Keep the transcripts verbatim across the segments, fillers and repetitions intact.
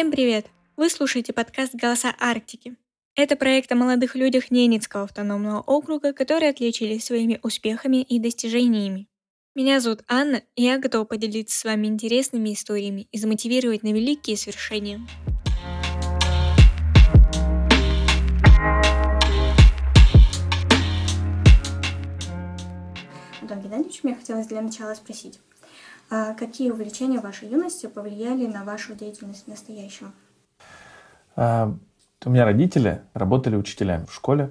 Всем привет! Вы слушаете подкаст «Голоса Арктики». Это проект о молодых людях Ненецкого автономного округа, которые отличились своими успехами и достижениями. Меня зовут Анна, и я готова поделиться с вами интересными историями и замотивировать на великие свершения. Антон Геннадьевич, мне хотелось для начала спросить, а какие увлечения вашей юности повлияли на вашу деятельность в настоящем? А, у меня родители работали учителями в школе.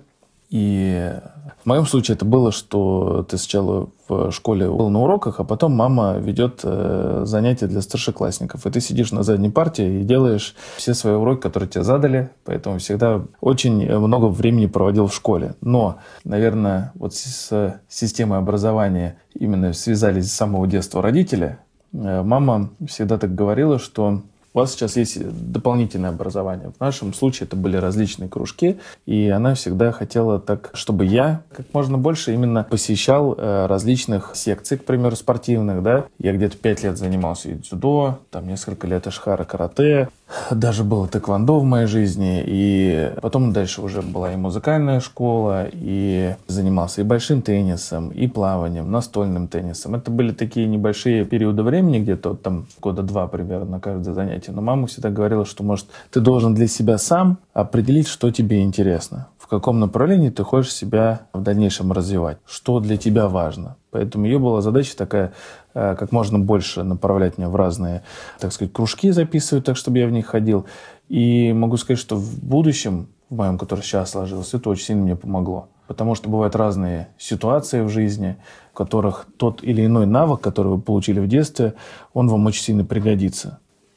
И в моем случае это было, что ты сначала в школе был на уроках, а потом мама ведет э, занятия для старшеклассников. И ты сидишь на задней парте и делаешь все свои уроки, которые тебе задали. Поэтому всегда очень много времени проводил в школе. Но, наверное, вот с системой образования именно связались с самого детства родители. Э, мама всегда так говорила, что у вас сейчас есть дополнительное образование. В нашем случае это были различные кружки, и она всегда хотела так, чтобы я как можно больше именно посещал э, различных секций, к примеру, спортивных, да. Я где-то пять лет занимался и дзюдо, там несколько лет ашхара, карате, даже было тэквондо в моей жизни, и потом дальше уже была и музыкальная школа, и занимался и большим теннисом, и плаванием, настольным теннисом. Это были такие небольшие периоды времени, где-то вот там года два примерно на каждое занятие. Но мама всегда говорила, что, может, ты должен для себя сам определить, что тебе интересно, в каком направлении ты хочешь себя в дальнейшем развивать, что для тебя важно. Поэтому ее была задача такая, как можно больше направлять меня в разные, так сказать, кружки записывать, так, чтобы я в них ходил. И могу сказать, что в будущем, в моем, который сейчас сложился, это очень сильно мне помогло. Потому что бывают разные ситуации в жизни, в которых тот или иной навык, который вы получили в детстве, он вам очень сильно пригодится.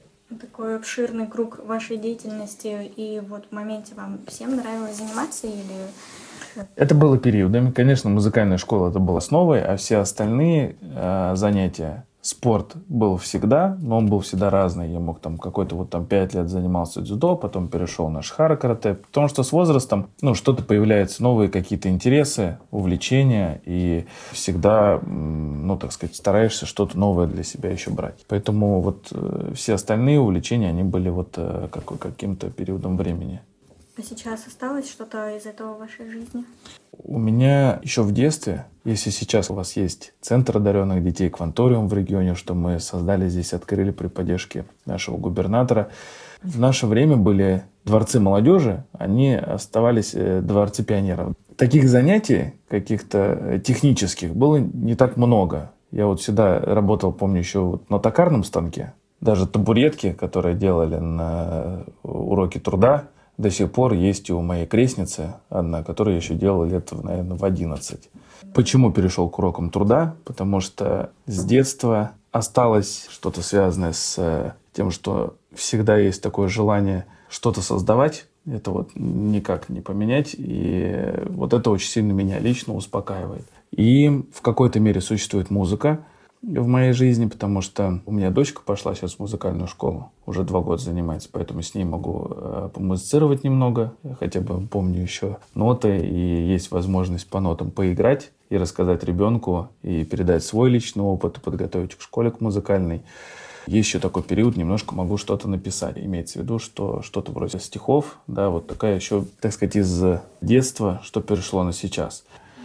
Такой обширный круг вашей деятельности, и вот в моменте вам всем нравилось заниматься или... Это было периодами. Конечно, музыкальная школа это была основой, а все остальные э, занятия, спорт был всегда, но он был всегда разный. Я мог там какой-то вот там пять лет занимался дзюдо, потом перешел на ашхара, карате. Потому что с возрастом, ну, что-то появляются, новые какие-то интересы, увлечения, и всегда, ну, так сказать, стараешься что-то новое для себя еще брать. Поэтому вот э, все остальные увлечения, они были вот э, как, каким-то периодом времени. А сейчас осталось что-то из этого в вашей жизни? У меня еще в детстве, если сейчас у вас есть Центр одаренных детей, Кванториум в регионе, что мы создали здесь, открыли при поддержке нашего губернатора, в наше время были дворцы молодежи, они оставались дворцы пионеров. Таких занятий, каких-то технических, было не так много. Я вот всегда работал, помню, еще вот на токарном станке. Даже табуретки, которые делали на уроке труда, до сих пор есть у моей крестницы одна, которую я еще делал лет, наверное, в одиннадцать. Почему перешел к урокам труда? Потому что с детства осталось что-то связанное с тем, что всегда есть такое желание что-то создавать. Это вот никак не поменять. И вот это очень сильно меня лично успокаивает. И в какой-то мере существует музыка в моей жизни, потому что у меня дочка пошла сейчас в музыкальную школу, уже два года занимается, поэтому с ней могу э, помузицировать немного, я хотя бы помню еще ноты, и есть возможность по нотам поиграть и рассказать ребенку, и передать свой личный опыт, и подготовить к школе к музыкальной. Есть еще такой период, немножко могу что-то написать. Имеется в виду, что что-то вроде стихов, да, вот такая еще, так сказать, из детства, что перешло на сейчас.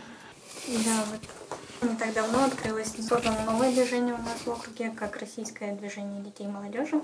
Да, вот. Не так давно открылось создано новое движение у нас в округе, как Российское движение детей и молодежи.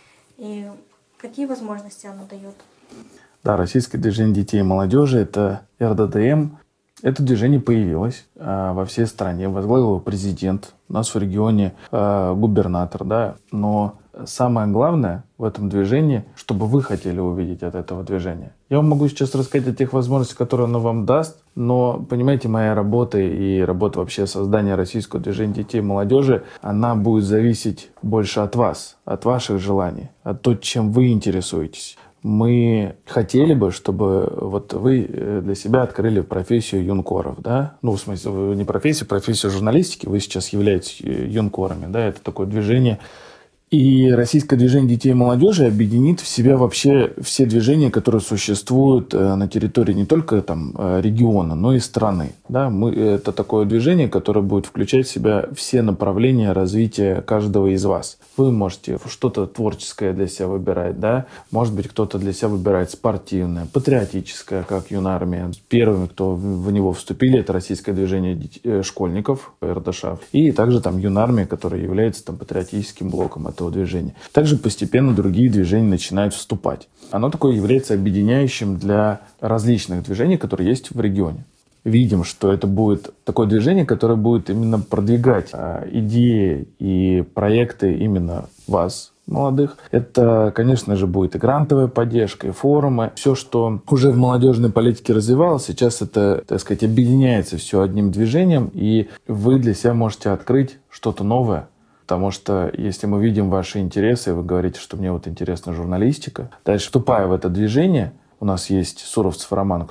И какие возможности оно дает? Да, Российское движение детей и молодежи – это эр дэ дэ эм. Это движение появилось э, во всей стране. Возглавил его президент. У нас в регионе э, губернатор, да. Но самое главное в этом движении, чтобы вы хотели увидеть от этого движения. Я вам могу сейчас рассказать о тех возможностях, которые оно вам даст, но, понимаете, моя работа и работа вообще создания Российского движения детей и молодежи, она будет зависеть больше от вас, от ваших желаний, от того, чем вы интересуетесь. Мы хотели бы, чтобы вот вы для себя открыли профессию юнкоров, да? Ну, в смысле, не профессию, профессию журналистики. Вы сейчас являетесь юнкорами, да? Это такое движение И российское движение детей и молодежи объединит в себя вообще все движения, которые существуют на территории не только там, региона, но и страны. Да, мы, это такое движение, которое будет включать в себя все направления развития каждого из вас. Вы можете что-то творческое для себя выбирать, да? Может быть, кто-то для себя выбирает спортивное, патриотическое, как Юнармия. Первыми, кто в него вступили, это российское движение детей, школьников, эр дэ ша, и также там Юнармия, которая является там патриотическим блоком этого движения. Также постепенно другие движения начинают вступать. Оно такое является объединяющим для различных движений, которые есть в регионе. Видим, что это будет такое движение, которое будет именно продвигать а, идеи и проекты именно вас, молодых. Это, конечно же, будет и грантовая поддержка, и форумы. Все, что уже в молодежной политике развивалось, сейчас это, так сказать, объединяется все одним движением, и вы для себя можете открыть что-то новое. Потому что если мы видим ваши интересы, вы говорите, что мне вот интересна журналистика, дальше, вступая в это движение, у нас есть Суровцев Роман,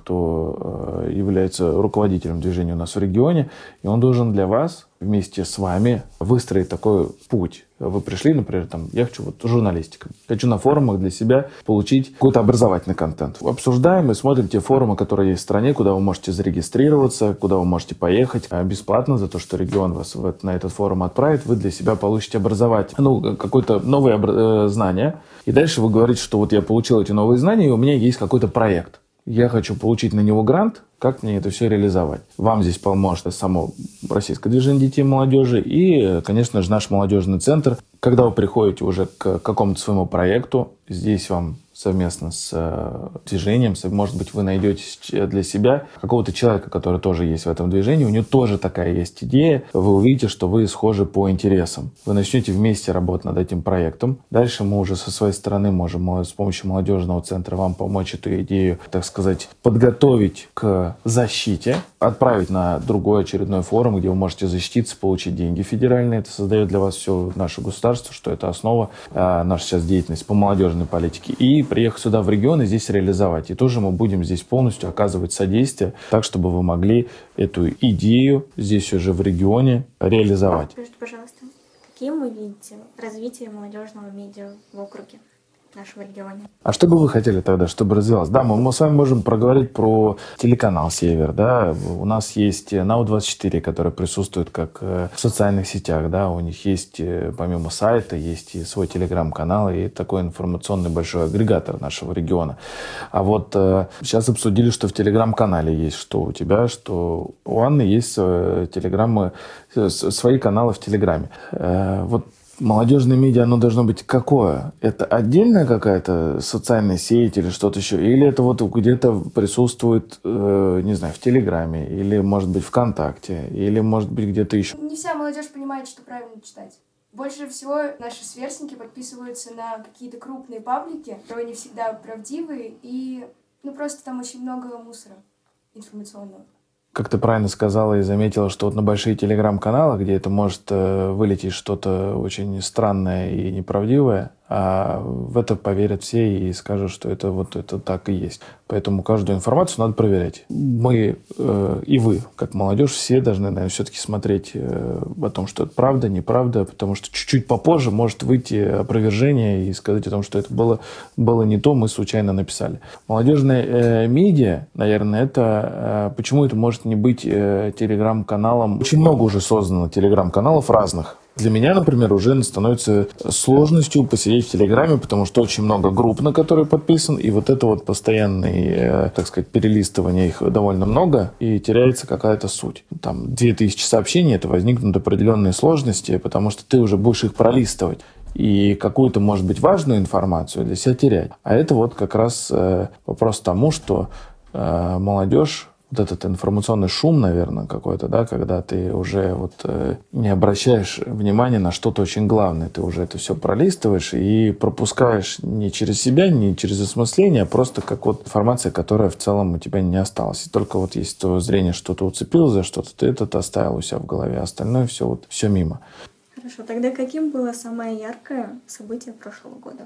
кто является руководителем движения у нас в регионе, и он должен для вас вместе с вами выстроить такой путь. Вы пришли, например, там, я хочу вот журналистика, хочу на форумах для себя получить какой-то образовательный контент. Обсуждаем и смотрим те форумы, которые есть в стране, куда вы можете зарегистрироваться, куда вы можете поехать бесплатно за то, что регион вас на этот форум отправит, вы для себя получите образовать, ну, какое-то новое обра- знание. И дальше вы говорите, что вот я получил эти новые знания, и у меня есть какой-то проект. Я хочу получить на него грант, как мне это все реализовать. Вам здесь поможет само российское движение детей и молодежи и, конечно же, наш молодежный центр. Когда вы приходите уже к какому-то своему проекту, здесь вам совместно с движением, может быть, вы найдете для себя какого-то человека, который тоже есть в этом движении, у него тоже такая есть идея, вы увидите, что вы схожи по интересам. Вы начнете вместе работать над этим проектом. Дальше мы уже со своей стороны можем с помощью молодежного центра вам помочь эту идею, так сказать, подготовить к защите, отправить на другой очередной форум, где вы можете защититься, получить деньги федеральные. Это создает для вас все наше государство, что это основа а, нашей сейчас деятельности по молодежной политике. И приехать сюда в регион и здесь реализовать. И тоже мы будем здесь полностью оказывать содействие, так, чтобы вы могли эту идею здесь уже в регионе реализовать. Скажите, пожалуйста, каким вы видите развитие молодежного медиа в округе? В нашем регионе. А что бы вы хотели тогда, чтобы развивалось? Да, мы, мы с вами можем проговорить про телеканал «Север». Да? У нас есть НАУ двадцать четыре, который присутствует как в социальных сетях. Да? У них есть, помимо сайта, есть и свой телеграм-канал, и такой информационный большой агрегатор нашего региона. А вот э, сейчас обсудили, что в телеграм-канале есть, что у тебя, что у Анны есть э, телеграммы, э, свои каналы в телеграме. Э, вот молодежное медиа, оно должно быть какое? Это отдельная какая-то социальная сеть или что-то еще? Или это вот где-то присутствует, э, не знаю, в Телеграме? Или, может быть, ВКонтакте? Или, может быть, где-то еще? Не вся молодежь понимает, что правильно читать. Больше всего наши сверстники подписываются на какие-то крупные паблики, которые не всегда правдивые, и ну просто там очень много мусора информационного. Как ты правильно сказала и заметила, что вот на большие телеграм-каналы, где это может э, вылететь что-то очень странное и неправдивое, а в это поверят все и скажут, что это вот это так и есть. Поэтому каждую информацию надо проверять. Мы э, и вы, как молодежь, все должны, наверное, все-таки смотреть э, о том, что это правда, неправда, потому что чуть-чуть попозже может выйти опровержение и сказать о том, что это было, было не то, мы случайно написали. Молодежные э, медиа, наверное, это... Э, почему это может не быть э, телеграм-каналом? Очень много уже создано телеграм-каналов разных. Для меня, например, уже становится сложностью посидеть в Телеграме, потому что очень много групп, на которые подписан, и вот это вот постоянное, так сказать, перелистывание их довольно много, и теряется какая-то суть. Там две тысячи сообщений, это возникнут определенные сложности, потому что ты уже будешь их пролистывать. И какую-то, может быть, важную информацию для себя терять. А это вот как раз вопрос к тому, что молодежь, вот этот информационный шум, наверное, какой-то, да, когда ты уже вот э, не обращаешь внимания на что-то очень главное. Ты уже это все пролистываешь и пропускаешь не через себя, не через осмысление, а просто как вот информация, которая в целом у тебя не осталась. И только вот есть то зрение, что-то уцепилось за что-то, ты это оставил у себя в голове, а остальное все вот все мимо. Хорошо, тогда каким было самое яркое событие прошлого года?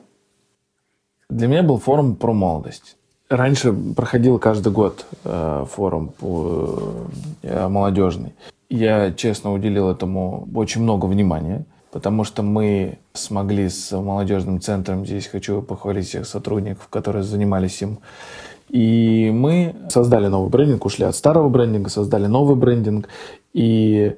Для меня был форум про молодость. Раньше проходил каждый год э, форум по, э, молодежный. Я, честно, уделил этому очень много внимания. потому что мы смогли с молодежным центром, здесь хочу похвалить всех сотрудников, которые занимались им, и мы создали новый брендинг, ушли от старого брендинга, создали новый брендинг и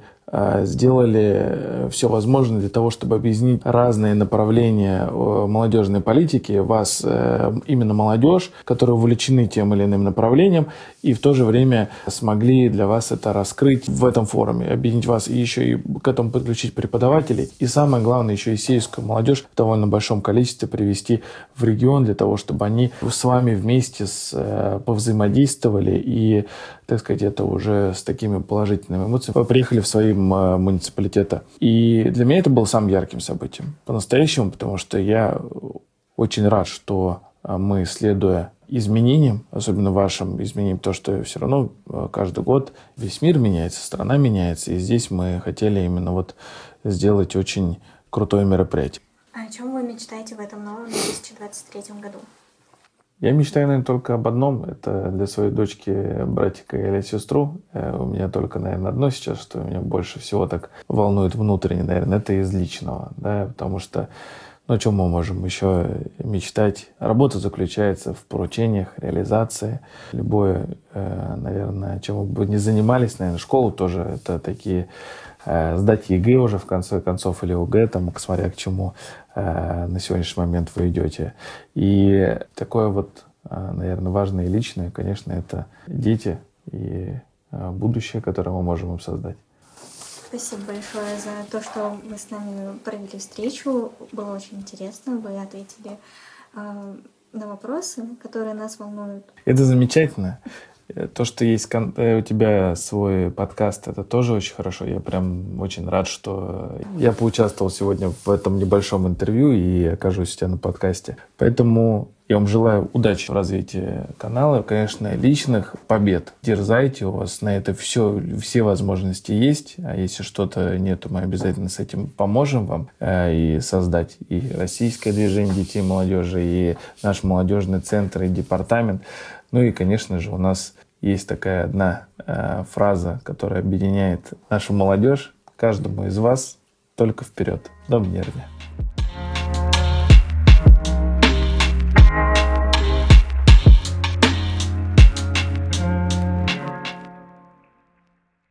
сделали все возможное для того, чтобы объединить разные направления молодежной политики, вас, именно молодежь, которые увлечены тем или иным направлением, и в то же время смогли для вас это раскрыть в этом форуме, объединить вас и еще и к этому подключить преподавателей, и самое главное, еще и сельскую молодежь в довольно большом количестве привести в регион для того, чтобы они с вами вместе с, повзаимодействовали и, так сказать, это уже с такими положительными эмоциями приехали в свои муниципалитета. И для меня это было самым ярким событием. По-настоящему, потому что я очень рад, что мы, следуя изменениям, особенно вашим изменениям, то, что все равно каждый год весь мир меняется, страна меняется, и здесь мы хотели именно вот сделать очень крутое мероприятие. А о чем вы мечтаете в этом новом две тысячи двадцать третьем году? Я мечтаю, наверное, только об одном. Это для своей дочки, братика или сестру. У меня только, наверное, одно сейчас, что меня больше всего так волнует внутренне, наверное, это из личного. Да? Потому что, ну, о чем мы можем еще мечтать? Работа заключается в поручениях, реализации. Любое, наверное, чем мы бы ни занимались, наверное, школу тоже, это такие... Сдать ЕГЭ уже, в конце концов, или ОГЭ, там, смотря к чему на сегодняшний момент вы идете. И такое вот, наверное, важное и личное, конечно, это дети и будущее, которое мы можем им создать. Спасибо большое за то, что вы с нами провели встречу. Было очень интересно. Вы ответили на вопросы, которые нас волнуют. Это замечательно. То, что есть у тебя свой подкаст, это тоже очень хорошо. Я прям очень рад, что я поучаствовал сегодня в этом небольшом интервью и окажусь у тебя на подкасте. Поэтому я вам желаю удачи в развитии канала, конечно, личных побед. Дерзайте, у вас на это все, все возможности есть. А если что-то нету, мы обязательно с этим поможем вам и создать и российское движение детей и молодежи, и наш молодежный центр, и департамент. Ну и, конечно же, у нас есть такая одна э, фраза, которая объединяет нашу молодежь. Каждому из вас только вперед. Дом Нервия.